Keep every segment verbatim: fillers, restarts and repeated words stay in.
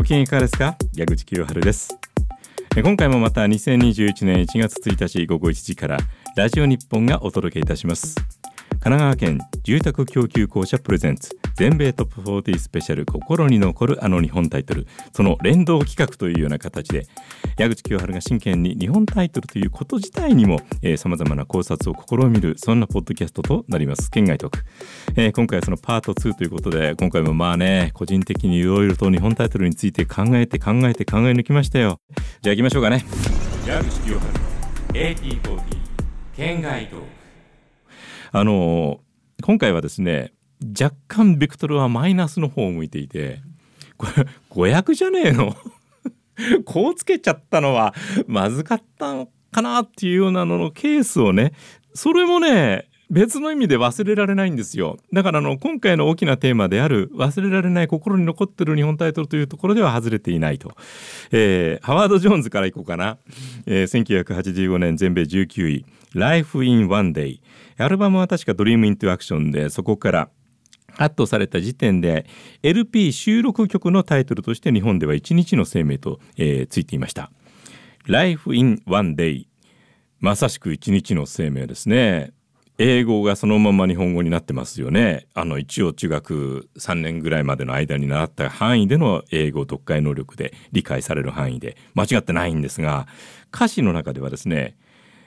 機嫌いかがですか。矢口清春です。今回もまたにせんにじゅういちねんいちがつついたち午後いちじからラジオ日本がお届けいたします。神奈川県住宅供給公社プレゼンツ全米トップフォーティースペシャル心に残るあの日本タイトル、その連動企画というような形で矢口清春が真剣に日本タイトルということ自体にもさまざまな考察を試みる、そんなポッドキャストとなります。県外トーク、えー、今回はそのパートツーということで、今回もまあね個人的にいろいろと日本タイトルについて考えて考えて考え抜きましたよ。じゃあ行きましょうかね。矢口清春 エーティーフォーティー 県外トーク。あのー今回はですね、若干ベクトルはマイナスの方を向いていて、これごひゃくじゃねえのこうつけちゃったのはまずかったのかなっていうようなののケースをね、それもね別の意味で忘れられないんですよ。だからあの今回の大きなテーマである忘れられない心に残ってる日本タイトルというところでは外れていないと、えー、ハワード・ジョーンズからいこうかな、えー、せんきゅうひゃくはちじゅうごねん全米じゅうきゅうい Life in One Day。アルバムは確か Dream into Action で、そこからカットされた時点で エルピー 収録曲のタイトルとして日本では一日の生命と、えー、ついていました。 Life in One Day、 まさしく一日の生命ですね。英語がそのまま日本語になってますよね。あの一応中学さんねんぐらいまでの間に習った範囲での英語読解能力で理解される範囲で間違ってないんですが、歌詞の中ではですね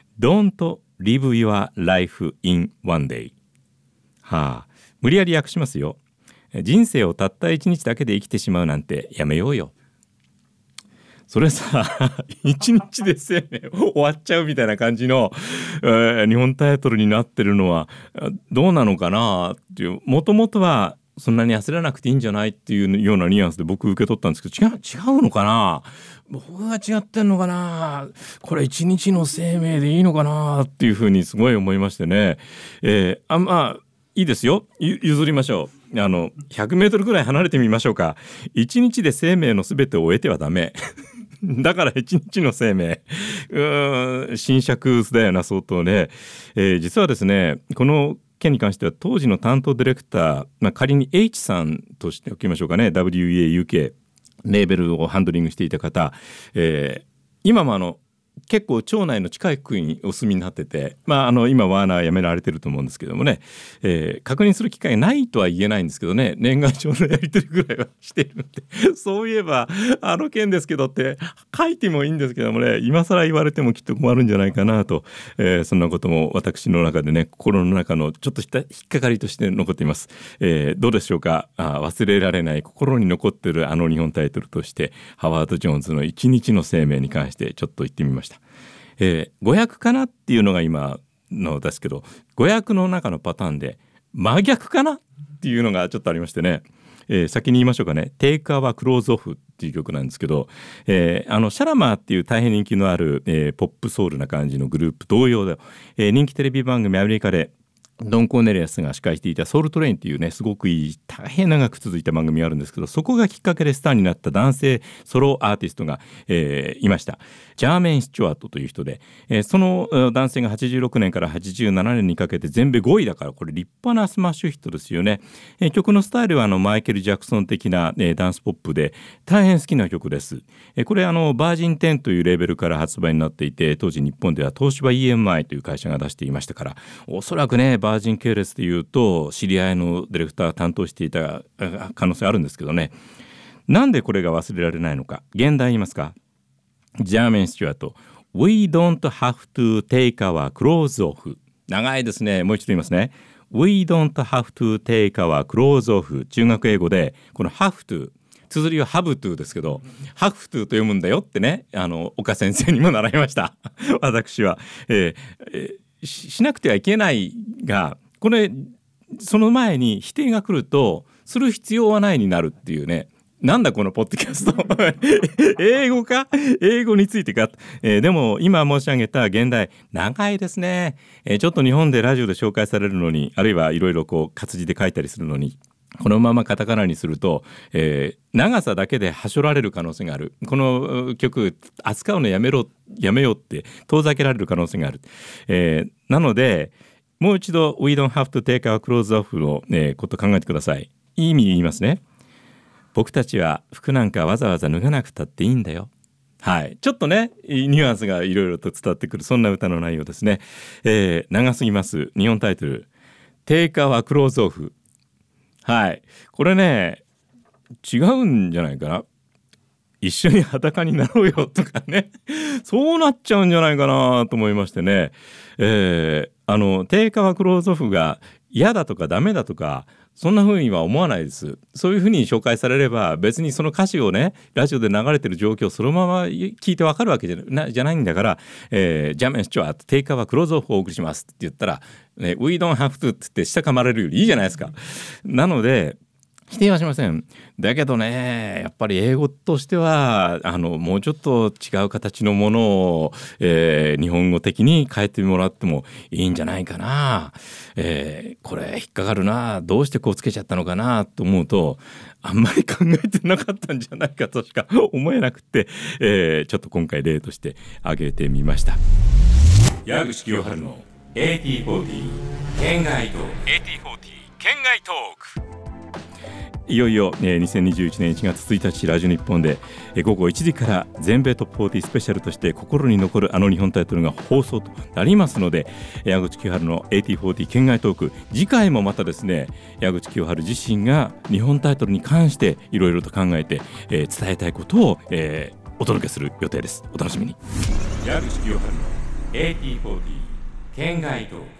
Don't live your life in one day、はあ、無理やり訳しますよ。人生をたった一日だけで生きてしまうなんてやめようよ。それさ一日で生命終わっちゃうみたいな感じの、えー、日本タイトルになってるのはどうなのかなっていう、もともとはそんなに焦らなくていいんじゃないっていうようなニュアンスで僕受け取ったんですけど、違う、違うのかな、僕が違ってんのかな、これ一日の生命でいいのかなっていうふうにすごい思いましてね、えー、あまあいいですよ、譲りましょう。あのひゃくメートルぐらい離れてみましょうか。一日で生命のすべてを終えてはダメだから一日の生命、うーん新釈だよな相当ね、えー、実はですねこの件に関しては当時の担当ディレクター、まあ、仮に H さんとしておきましょうかね、 ダブリューイーエーユーケー レーベルをハンドリングしていた方、えー、今もあの結構町内の近い区にお住みになってて、まあ、あの今ワーナー辞められてると思うんですけどもね、えー、確認する機会ないとは言えないんですけどね、年賀状のやり取りぐらいはしてるんでそういえばあの件ですけどって書いてもいいんですけどもね、今更言われてもきっと困るんじゃないかなと、えー、そんなことも私の中でね心の中のちょっとした引っかかりとして残っています。えー、どうでしょうか。あ忘れられない心に残ってるあの日本タイトルとしてハワード・ジョーンズの一日の生命に関してちょっと言ってみました。えー、ごひゃくかなっていうのが今のですけど、ごひゃくの中のパターンで真逆かなっていうのがちょっとありましてね、えー、先に言いましょうかね。 Take Our Clothes Off っていう曲なんですけど、えー、あのシャラマーっていう大変人気のある、えー、ポップソウルな感じのグループ同様で、えー、人気テレビ番組アメリカでドン・コーネリアスが司会していたソウルトレインっていうねすごくいい大変長く続いた番組があるんですけど、そこがきっかけでスターになった男性ソロアーティストが、えー、いました。ジャーメイン・スチュワートという人で、えー、その男性がはちじゅうろくねんからはちじゅうななねんにかけて全米ごいだから、これ立派なスマッシュヒットですよね。えー、曲のスタイルはあのマイケル・ジャクソン的な、えー、ダンスポップで大変好きな曲です。えー、これあのバージンテンというレーベルから発売になっていて、当時日本では東芝 イーエムアイ という会社が出していましたから、おそらくねバージン系列でいうと知り合いのディレクターが担当していた可能性あるんですけどね。なんでこれが忘れられないのか、現代言いますか。ジャーメン・スチュアート We don't have to take our clothes off。 長いですね。もう一度言いますね。 We don't have to take our clothes off。 中学英語でこの have to、綴りは have to ですけど have to と読むんだよってね、あの岡先生にも習いました私は、えーえー、し, しなくてはいけないが、これその前に否定が来るとする必要はないになるっていうね。なんだこのポッドキャスト英語か英語についてか、えー、でも今申し上げた現代長いですね。えー、ちょっと日本でラジオで紹介されるのに、あるいはいろいろこう活字で書いたりするのにこのままカタカナにすると、えー、長さだけではしょられる可能性がある。この曲扱うのやめろやめようって遠ざけられる可能性がある。えー、なのでもう一度 We don't have to take our clothes off の、ね、こと考えてください。いい意味で言いますね。 僕たちは服なんかわざわざ脱がなくたっていいんだよ。はい、ちょっとねニュアンスがいろいろと伝わってくるそんな歌の内容ですね。えー、長すぎます。日本タイトル定価はクローズオフ。はい、これね違うんじゃないかな。一緒に裸になろうよとかねそうなっちゃうんじゃないかなと思いましてね、えー、あの定価はクローズオフが嫌だとかダメだとかそんな風には思わないです。そういう風に紹介されれば別にその歌詞をねラジオで流れてる状況をそのまま聞いてわかるわけじゃ な, じゃないんだから、えー、ジャメンスチュアート定価はクローズオフをお送りしますって言ったら、ね、We don't have to って言って下噛まれるよりいいじゃないですか。なので否定はしません。だけどねやっぱり英語としてはあのもうちょっと違う形のものを、えー、日本語的に変えてもらってもいいんじゃないかな、えー、これ引っかかるなどうしてこうつけちゃったのかなと思うとあんまり考えてなかったんじゃないかとしか思えなくて、えー、ちょっと今回例として挙げてみました。矢口清春の エーティーフォーティー 県外トーク エーティーフォーティー 県外トークいよいよ、えー、にせんにじゅういちねんいちがつついたちラジオ日本で、えー、ごごいちじから全米トップフォーティースペシャルとして心に残るあの日本タイトルが放送となりますので、矢口清春の エーティーフォーティー 県外トーク次回もまたですね矢口清春自身が日本タイトルに関していろいろと考えて、えー、伝えたいことを、えー、お届けする予定です。お楽しみに。矢口清春の エーティーフォーティー 県外トーク